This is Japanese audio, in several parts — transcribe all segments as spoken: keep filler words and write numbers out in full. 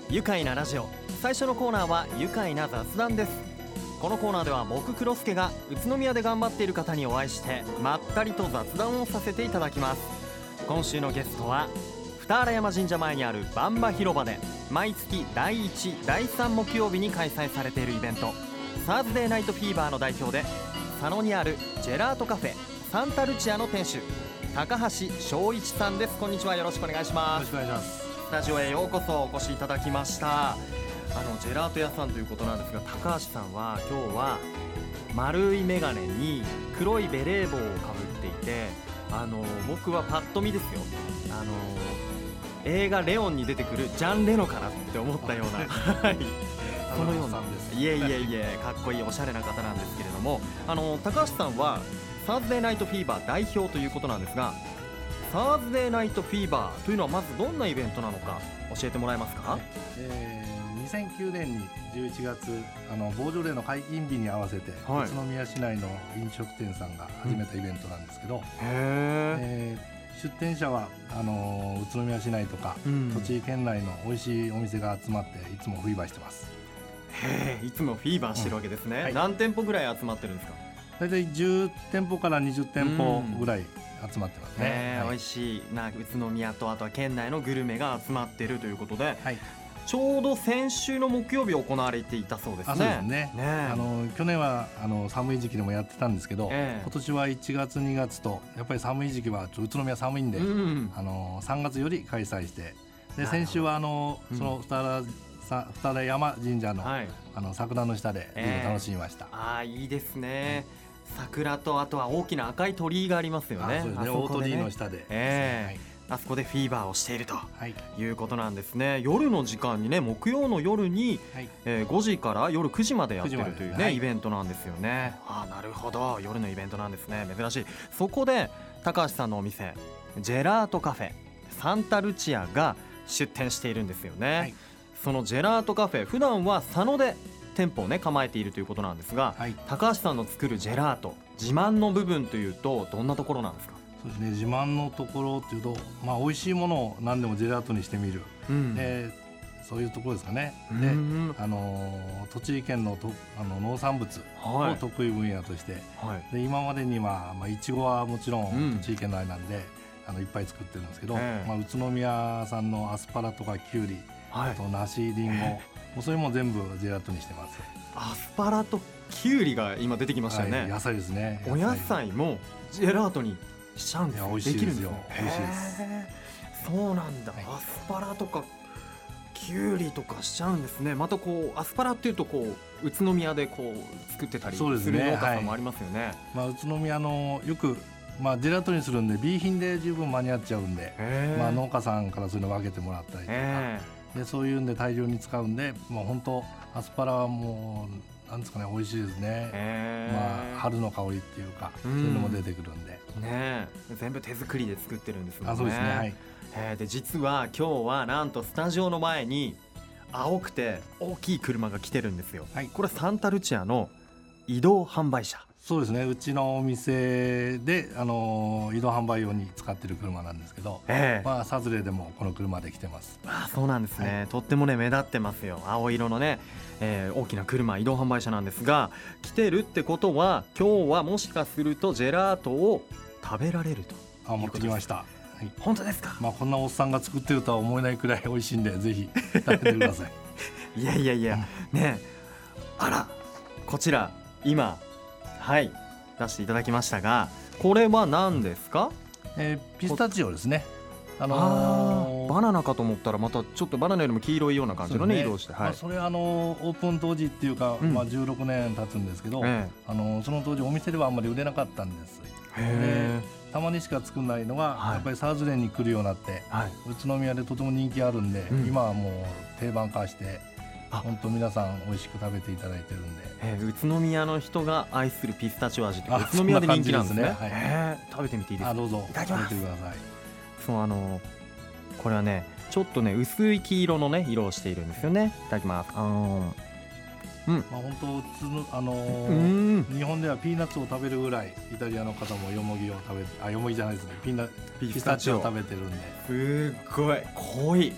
愉快なラジオ。最初のコーナーは愉快な雑談です。このコーナーでは僕黒助が宇都宮で頑張っている方にお会いしてまったりと雑談をさせていただきます。今週のゲストは二荒山神社前にある万場広場で毎月だいいち、だいさん木曜日に開催されているイベント、サーズデーナイトフィーバーの代表で佐野にあるジェラートカフェサンタルチアの店主高橋翔一さんです。こんにちは、よろしくお願いします。 よろしくお願いします。 スタジオへようこそお越しいただきました。あのジェラート屋さんということなんですが、高橋さんは今日は丸い眼鏡に黒いベレー帽をかぶっていて、あの僕はパッと見ですよ、あの映画レオンに出てくるジャン・レノかなって思ったようなはいそのような、いえいえいえ、かっこいいおしゃれな方なんですけれども、あの高橋さんはサーズデーナイトフィーバー代表ということなんですが、サーズデーナイトフィーバーというのはまずどんなイベントなのか教えてもらえますか？ えーにせんきゅうねんにじゅういちがつ、あのボージョレーの解禁日に合わせて、はい、宇都宮市内の飲食店さんが始めたイベントなんですけど、うん、へえー、出店者はあの宇都宮市内とか、うん、栃木県内の美味しいお店が集まっていつもフィーバーしてます。 へー、いつもフィーバーしてるわけですね、うんはい、何店舗ぐらい集まってるんですか？ だいたいじゅってんぽからにじゅってんぽぐらい集まってますね、 はい、美味しいな宇都宮とあとは県内のグルメが集まっているということで、はい、ちょうど先週の木曜日行われていたそうですね。 あ、そうですね。ね、あの去年はあの寒い時期でもやってたんですけど、えー、今年はいちがつにがつとやっぱり寒い時期はちょっと宇都宮寒いんで、うん、あのさんがつより開催して、で先週はあの、うん、その二荒二荒山神社の、はい、あの桜の下でいろいろ楽しみました。 えー、あ、いいですね、うん、桜とあとは大きな赤い鳥居がありますよね。 あ、そうですね、大鳥居の下で、 えーはい、あそこでフィーバーをしているということなんですね、はい、夜の時間にね、木曜の夜に、はい、えー、ごじから夜くじまでやってるというね、はい、イベントなんですよね。あ、なるほど、夜のイベントなんですね、珍しい。そこで高橋さんのお店ジェラートカフェサンタルチアが出店しているんですよね、はい、そのジェラートカフェ、普段は佐野で店舗をね構えているということなんですが、はい、高橋さんの作るジェラート、自慢の部分というとどんなところなんですか？ そうですね、自慢のところっていうと、まあ、美味しいものを何でもジェラートにしてみる、うん、でそういうところですかね。で、あの栃木県のとあの農産物を得意分野として、はい、で今までには、まあ、いちごはもちろん栃木県内なんで、うん、あのいっぱい作ってるんですけど、えーまあ、宇都宮産のアスパラとかキュウリ、はい、あと梨、リンゴ、えー、もうそれも全部ジェラートにしてます。 アスパラとキュウリが今出てきましたよね、 はい、野菜ですね。 お野菜もジェラートにしちゃうんです。 美味しいですよ。美味しいです。 そうなんだ、はい、アスパラとかキュウリとかしちゃうんですね。またこうアスパラっていうとこう宇都宮でこう作ってたりする農家さんもありますよね。はい、 まあ、宇都宮のよく、まあ、ジェラートにするんで B 品で十分間に合っちゃうんで、まあ、農家さんからそういうの分けてもらったりとかで、そういうんで大量に使うんで、もう本当アスパラはもうなんですかね、美味しいですね。まあ、春の香りっていうか、そういうのも出てくるんで、 ね、全部手作りで作ってるんですもんね。 あ、そうですね、はい、 えー、で実は今日はなんとスタジオの前に青くて大きい車が来てるんですよ、はい、これサンタルチアの移動販売車。 そうですね、うちのお店で、あのー、移動販売用に使ってる車なんですけど、えーまあ、サズレでもこの車で来てます。 あ、そうなんですね、はい、とってもね目立ってますよ、青色のね、えー、大きな車、移動販売車なんですが、来てるってことは今日はもしかするとジェラートを食べられると。 あ、持ってきました。はい、 本当ですか？ まあ、こんなおっさんが作ってるとは思えないくらい美味しいんで、ぜひ食べてくださいいやいやいや、うん、ね、あら、こちら今はい出していただきましたが、これは何ですか？ えー、ピスタチオですね。あのー、バナナかと思ったらまたちょっとバナナよりも黄色いような感じの、ね、色をして、はい、 まあ、それはあのー、オープン当時っていうか、うん、まあ、じゅうろくねん経つんですけど、えーあのー、その当時お店ではあんまり売れなかったんです。へー、たまにしか作んないのが、はい、やっぱりサーズレンに来るようになって、はい、宇都宮でとても人気あるんで、うん、今はもう定番化して本当皆さん美味しく食べていただいてるんで、 えー、宇都宮の人が愛するピスタチオ味って宇都宮で人気なんですね。ですね、はい、えー、食べてみていいですか？ あ、どうぞ。 いただきます。 食べてください。 そう、あのー、これはねちょっとね薄い黄色のね色をしているんですよね。いただきます。あのーうん、まあ、 本当、あのー、日本ではピーナッツを食べるぐらいイタリアの方もよもぎを食べて、あ、よもぎじゃないですね、ピーナピスタチオを食べてるんで、 すごい濃い。 あ、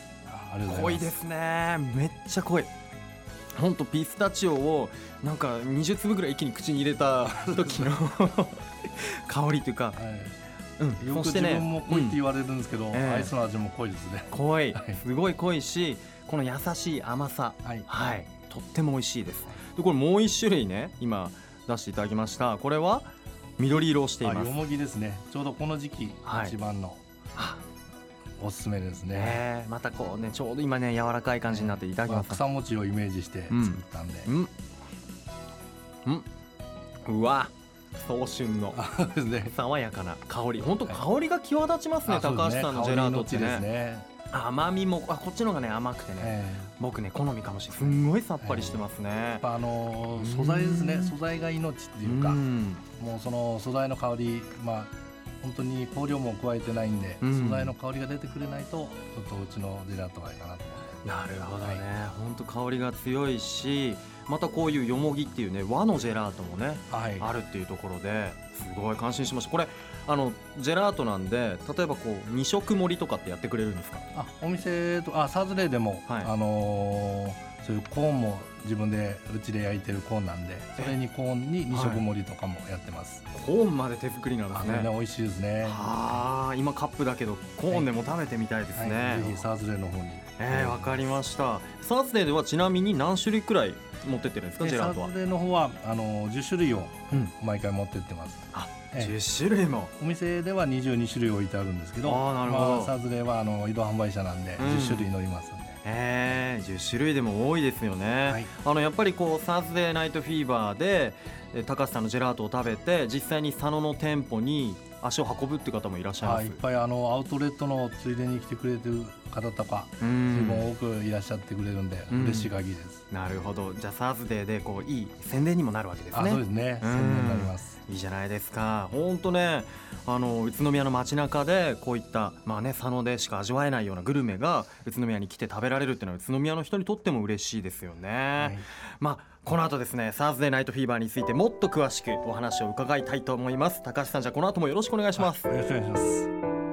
ありがとうございます。 濃いですね。めっちゃ濃い。ほんとピスタチオをなんかにじゅうつぶぐらい一気に口に入れた時の香りというか、 はい、うん、よく自分も濃いって言われるんですけど、うん、アイスの味も濃いですね。 濃い、すごい濃いし、この優しい甘さ、はい、はい、とっても美味しいです。でこれもう一種類ね、今出していただきました。これは緑色をしています。 よもぎですね。ちょうどこの時期、はい、一番のおすすめですね。 えー、またこうね、ちょうど今ね柔らかい感じになっていただきます。 まあ、草餅をイメージして作ったんで、 うん、うんうん、うわ早春の爽やかな香り、本当香りが際立ちますね、高橋さんのジェラートってね。甘みも、あ、こっちのがね甘くてね、えー、僕ね好みかもしれない。すんごいさっぱりしてますね。 えー、やっぱあのー、素材ですね。素材が命っていうか、うもうその素材の香り、まあ本当に香料も加えてないんで、うん、素材の香りが出てくれないとちょっとうちのジェラートはいいかなと思って。 なるほどね、本当、はい、香りが強いし、またこういうよもぎっていうね和のジェラートもね、はい、あるっていうところですごい感心しました。これあのジェラートなんで、例えばこうに色盛りとかってやってくれるんですか？ あ、お店とあサーズレーでも、はい、あのー、そういうコーンも自分でうちで焼いてるコーンなんで、それにコーンにに色盛りとかもやってます。 はい、コーンまで手作りなんですね。 あのね、美味しいですね。 あ、今カップだけどコーンでも食べてみたいですね。はいはい、ぜひサーズレーの方に。 えー、わかりました。サーズレーではちなみに何種類くらい持ってってるんですか？ジェラートは。 サーズレーの方はあのじゅっしゅるいを毎回持ってってます。 うん、あ、じゅっしゅるいも。 お店ではにじゅうにしゅるい置いてあるんですけど、 あ、なるほど。 まあ、サーズレーはあの移動販売車なんでじゅっしゅるい乗りますんで。 えー、じゅっしゅるいでも多いですよね。はい、あのやっぱりこうサーズデーナイトフィーバーで高橋さんのジェラートを食べて、実際に佐野の店舗に足を運ぶっていう方もいらっしゃいます。 いっぱいあのアウトレットのついでに来てくれてる方とか随分多くいらっしゃってくれるんで嬉しい限りです。 なるほど。じゃあサーズデーでこういい宣伝にもなるわけですね。 あ、そうですね、宣伝になります。 いいじゃないですか。本当ね、あの宇都宮の街中でこういったまあね佐野でしか味わえないようなグルメが宇都宮に来て食べられるっていうのは宇都宮の人にとっても嬉しいですよね。はい、まあこの後ですね、サーズデーナイトフィーバーについてもっと詳しくお話を伺いたいと思います。高橋さん、じゃあこの後もよろしくお願いします。 よろしくお願いします。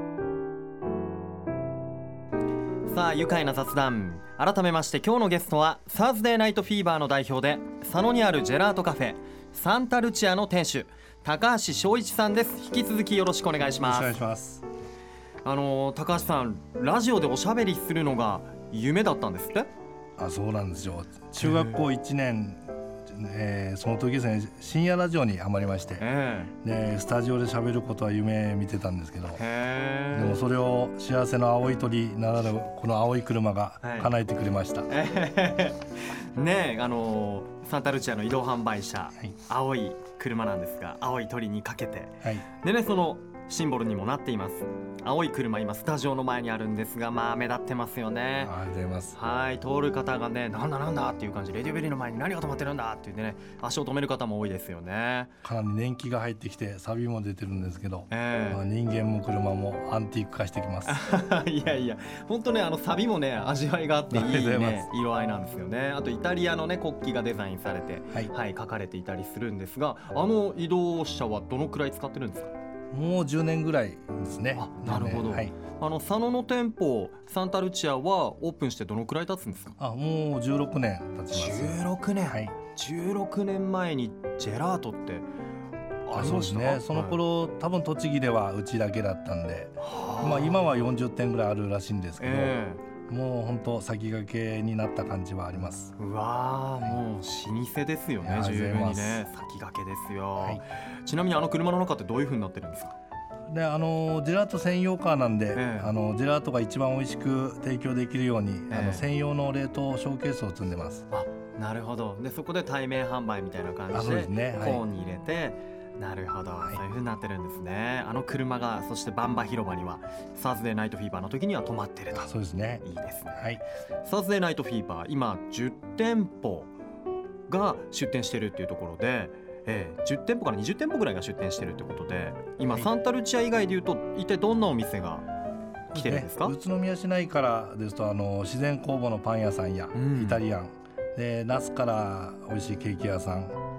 さあ、愉快な雑談。改めまして今日のゲストはサーズデーナイトフィーバーの代表で佐野にあるジェラートカフェサンタルチアの店主高橋翔一さんです。引き続きよろしくお願いします。 よろしくお願いします。 あの高橋さん、ラジオでおしゃべりするのが夢だったんですって？ あ、そうなんですよ。中学校いちねん、えー、その時ですね、深夜ラジオにハマりまして、でスタジオで喋ることは夢見てたんですけど、でもそれを幸せの青い鳥ならぬこの青い車が叶えてくれました。はい、 ねえ、あのー、サンタルチアの移動販売車、はい、青い車なんですが、青い鳥にかけて、はい、でね、そのシンボルにもなっています。青い車、今スタジオの前にあるんですが、まあ目立ってますよね。 ありがとうございます。 はい、通る方がね、なんだなんだっていう感じで、レディオベリーの前に何が止まってるんだって言ってね、足を止める方も多いですよね。 かなり年季が入ってきてサビも出てるんですけど、えーまあ、人間も車もアンティーク化してきます。 いやいや、本当ね、あのサビもね味わいがあっていいね色合いなんですよね。あとイタリアのね国旗がデザインされて、はいはい、書かれていたりするんですが、あの移動車はどのくらい使ってるんですか？ もうじゅうねんぐらいですね。 あ、なるほど。はい、あの佐野の店舗サンタルチアはオープンしてどのくらい経つんですか？ あ、もうじゅうろくねん経ちます。 じゅうろくねん、はい、じゅうろくねんまえにジェラートってありました？そうですね。 その頃、はい、多分栃木ではうちだけだったんで、まあ、今はよんじゅってんぐらいあるらしいんですけど、えー、もう本当先駆けになった感じはあります。 うわー、はい、もう老舗ですよね。十分にね先駆けですよ。はい、ちなみにあの車の中ってどういう風になってるんですか？ で、あのジェラート専用カーなんで、ええ、あのジェラートが一番美味しく提供できるように、ええ、あの専用の冷凍ショーケースを積んでます。 あ、なるほど。でそこで対面販売みたいな感じで、ね、はい、コーンに入れて、なるほど、はい、そういう風になってるんですね。あの車がそしてバンバ広場にはサーズデーナイトフィーバーの時には止まってると。 そうですね。 いいですね。 はい、 サーズデーナイトフィーバー今じゅってんぽが出店してるっていうところで、えー、じゅってんぽからにじゅってんぽぐらいが出店してるってことで、今、はい、サンタルチア以外でいうと一体どんなお店が来てるんですか？ ね、宇都宮市内からですと、あの自然酵母のパン屋さんや、うん、イタリアンで、那須から美味しいケーキ屋さん、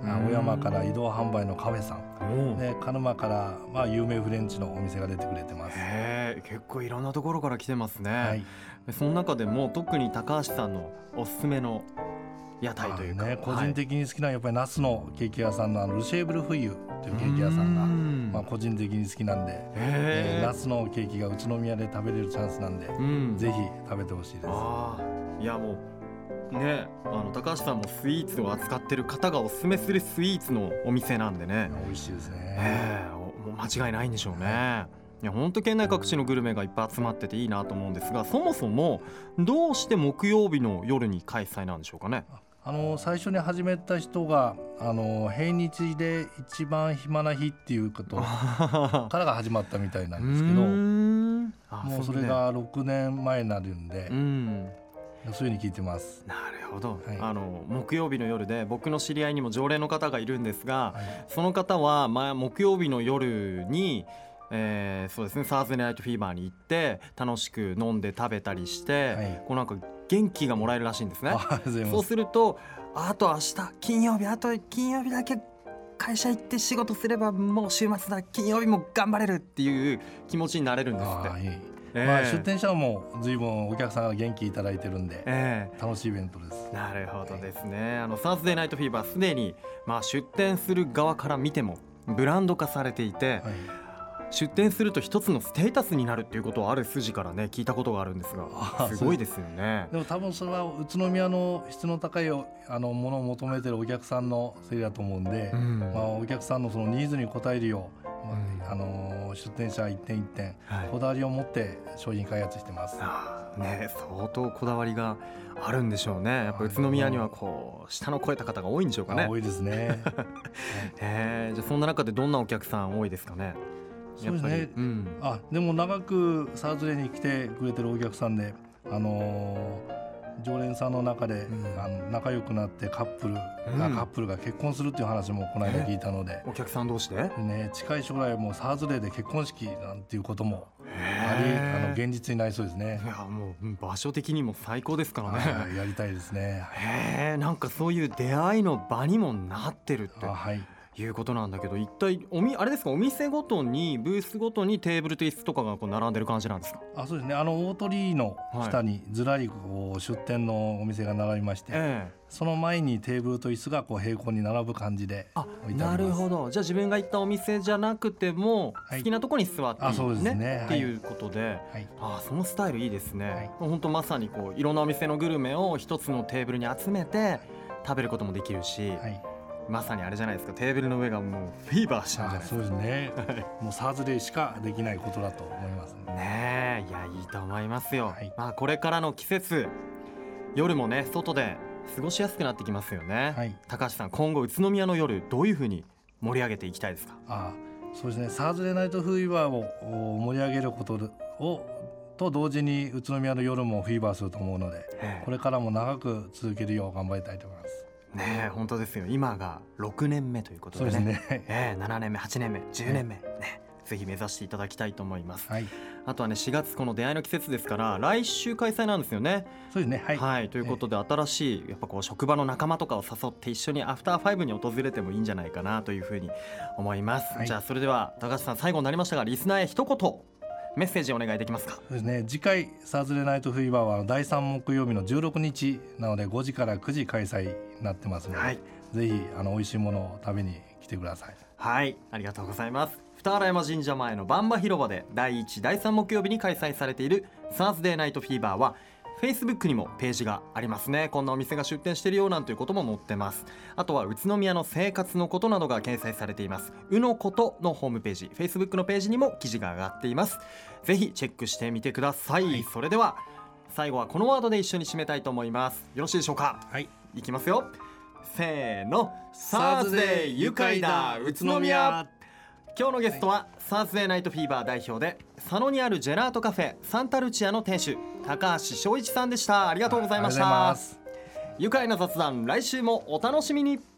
小山から移動販売のカフェさんで、鹿沼から、まあ、有名フレンチのお店が出てくれてます。 へー、結構いろんなところから来てますね、 はい、 その中でも特に高橋さんのおすすめの屋台というか、 ね、個人的に好きなやっぱり那須のケーキ屋さんのあのルシェーブルフイユというケーキ屋さんがまあ、個人的に好きなんで、えー、那須のケーキが宇都宮で食べれるチャンスなんで、うん、ぜひ食べてほしいです。 あ、いやもうね、あの高橋さんもスイーツを扱ってる方がおすすめするスイーツのお店なんでね、 美味しいですね、 えー、もう間違いないんでしょうね、はい、いや本当県内各地のグルメがいっぱい集まってていいなと思うんですが、そもそもどうして木曜日の夜に開催なんでしょうかね。 あの最初に始めた人があの平日で一番暇な日っていうことからが始まったみたいなんですけどもうそれがろくねんまえになるんで、うん、そういうふうに聞いてます。 なるほど、はい、あの木曜日の夜で僕の知り合いにも常連の方がいるんですが、はい、その方は、まあ、木曜日の夜にえー、そうですね、サーズデーナイトフィーバーに行って楽しく飲んで食べたりして、はい、こうなんか元気がもらえるらしいんですね。そうするとあと明日金曜日あと金曜日だけ会社行って仕事すればもう週末だ金曜日も頑張れるっていう気持ちになれるんですって。 あ、いい、えーまあ、出店者も随分お客さんが元気いただいてるんで、えー、楽しいイベントです。 なるほどですね。あのサーズデーナイトフィーバーすでに、まあ、出店する側から見てもブランド化されていて、はい、出店すると一つのステータスになるっていうことをある筋からね聞いたことがあるんですが、すごいですよね。 でも多分それは宇都宮の質の高いあのものを求めてるお客さんのせいだと思うんで、うん、まあ、お客さんのそのニーズに応えるよう、うん、あの出店者一点一点、はい、こだわりを持って商品開発してます。 あ、ね、相当こだわりがあるんでしょうね。やっぱ宇都宮にはこう下の超えた方が多いんでしょうかね。 多いですね、 えー、じゃあそんな中でどんなお客さん多いですかね。 そうですね、うん、あでも長くサーズデーに来てくれてるお客さんで、あのー、常連さんの中で、うん、あの仲良くなってカップルが、うん、カップルが結婚するっていう話もこの間聞いたので、 お客さん同士で、 ね、近い将来もうサーズデーで結婚式なんていうこともあり、あの現実になりそうですね。 いやもう場所的にも最高ですからね。 やりたいですね。 へえ、なんかそういう出会いの場にもなってるって。あ、はい、いうことなんだけど、一体おみあれですか、お店ごとにブースごとにテーブルと椅子とかがこう並んでる感じなんですか。 あ、そうですね、あの大鳥居の下にずらりこう出店のお店が並びまして、えー、その前にテーブルと椅子がこう平行に並ぶ感じで置いてあります。 なるほど。じゃあ自分が行ったお店じゃなくても好きなところに座っていい、ね、はい、そうですね、っていうことで、はい、あ、そのスタイルいいですね、はい、本当まさにこういろんなお店のグルメを一つのテーブルに集めて食べることもできるし、はい、まさにあれじゃないですか、テーブルの上がもうフィーバーしちゃうんじゃないですか。 そうですねもうサーズデーしかできないことだと思います ね, ねえ、いやいいと思いますよ、はい、まあ、これからの季節夜もね外で過ごしやすくなってきますよね、はい、高橋さん、今後宇都宮の夜どういう風に盛り上げていきたいですか。 ああ、そうですね、サーズデーナイトフィーバーを盛り上げることをと同時に宇都宮の夜もフィーバーすると思うので、これからも長く続けるよう頑張りたいと思います。 ねえ、本当ですよ。今がろくねんめということでね。そうですね、えー、ななねんめはちねんめじゅうねんめ、ね、ぜひ目指していただきたいと思います、はい、あとはねしがつこの出会いの季節ですから来週開催なんですよね。 そうですね、はい、 はい、ということで、えー、新しいやっぱこう職場の仲間とかを誘って一緒にアフターファイブに訪れてもいいんじゃないかなというふうに思います、はい、じゃあそれでは高橋さん、最後になりましたがリスナーへ一言メッセージお願いできますか。 そうですね、次回サーズデーナイトフィーバーはだいさん木曜日のじゅうろくにちなのでごじからくじ開催になってますので、はい、ぜひあの美味しいものを食べに来てください。 はい、ありがとうございます。二荒山神社前の番場広場でだいいち、だいさん木曜日に開催されているサーズデーナイトフィーバーはFacebook にもページがありますね。こんなお店が出店しているよなんていうことも載ってます。あとは宇都宮の生活のことなどが掲載されていますうのことのホームページ、 Facebook のページにも記事が上がっています。ぜひチェックしてみてください、はい、それでは最後はこのワードで一緒に締めたいと思います。よろしいでしょうか。はい、いきますよ、せーの、サーズデー愉快だ宇都宮。今日のゲストは、はい、サーズデーナイトフィーバー代表で佐野にあるジェラートカフェサンタルチアの店主高橋翔一さんでした。ありがとうございました。愉快な雑談、来週もお楽しみに。